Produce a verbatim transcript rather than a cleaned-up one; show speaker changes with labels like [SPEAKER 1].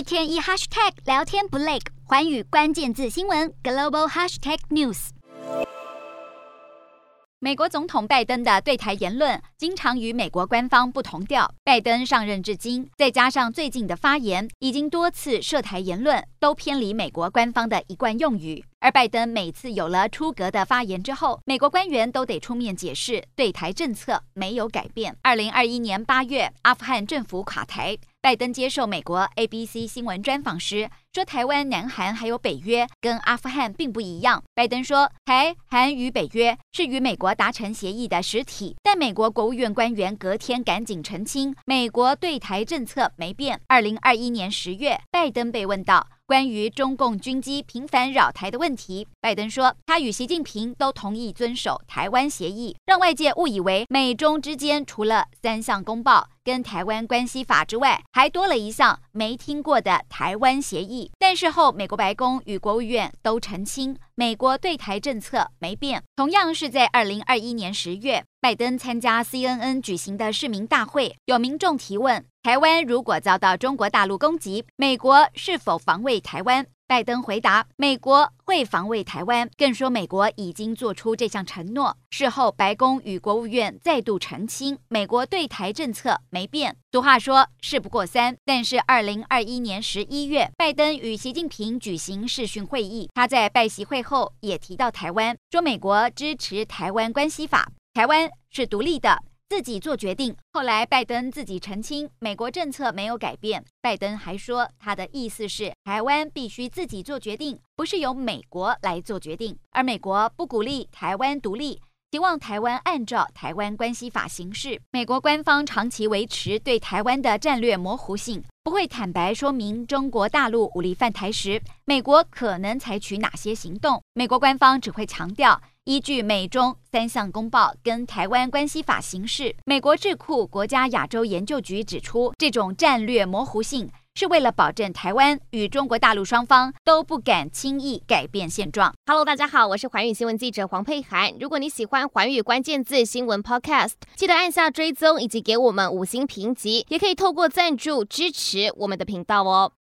[SPEAKER 1] 天一 hashtag 聊天不累，寰宇关键字新闻 global hashtag news。美国总统拜登的对台言论经常与美国官方不同调。拜登上任至今，再加上最近的发言，已经多次涉台言论都偏离美国官方的一贯用语。而拜登每次有了出格的发言之后，美国官员都得出面解释，对台政策没有改变。二零二一年八月，阿富汗政府垮台，拜登接受美国 A B C 新闻专访时说，台湾、南韩还有北约跟阿富汗并不一样。拜登说，台韩与北约是与美国达成协议的实体，但美国国务院官员隔天赶紧澄清，美国对台政策没变。二零二一年十月，拜登被问到关于中共军机频繁扰台的问题，拜登说，他与习近平都同意遵守台湾协议，让外界误以为美中之间除了三项公报跟台湾关系法之外，还多了一项没听过的台湾协议。但事后，美国白宫与国务院都澄清，美国对台政策没变。同样是在二零二一年十月，拜登参加 C N N 举行的市民大会，有民众提问，台湾如果遭到中国大陆攻击，美国是否防卫台湾？拜登回答，美国会防卫台湾，更说美国已经做出这项承诺。事后，白宫与国务院再度澄清，美国对台政策没变。俗话说，事不过三。但是二零二一年十一月，拜登与习近平举行视讯会议，他在拜习会后也提到台湾，说美国支持台湾关系法，台湾是独立的，自己做决定。后来拜登自己澄清，美国政策没有改变。拜登还说，他的意思是台湾必须自己做决定，不是由美国来做决定。而美国不鼓励台湾独立，希望台湾按照台湾关系法行事。美国官方长期维持对台湾的战略模糊性，不会坦白说明中国大陆武力犯台时，美国可能采取哪些行动。美国官方只会强调依据美中三项公报跟台湾关系法行事。美国智库国家亚洲研究局指出，这种战略模糊性是为了保证台湾与中国大陆双方都不敢轻易改变现状。
[SPEAKER 2] Hello， 大家好，我是寰宇新闻记者黄佩涵。如果你喜欢寰宇关键字新闻 Podcast， 记得按下追踪以及给我们五星评级，也可以透过赞助支持我们的频道哦。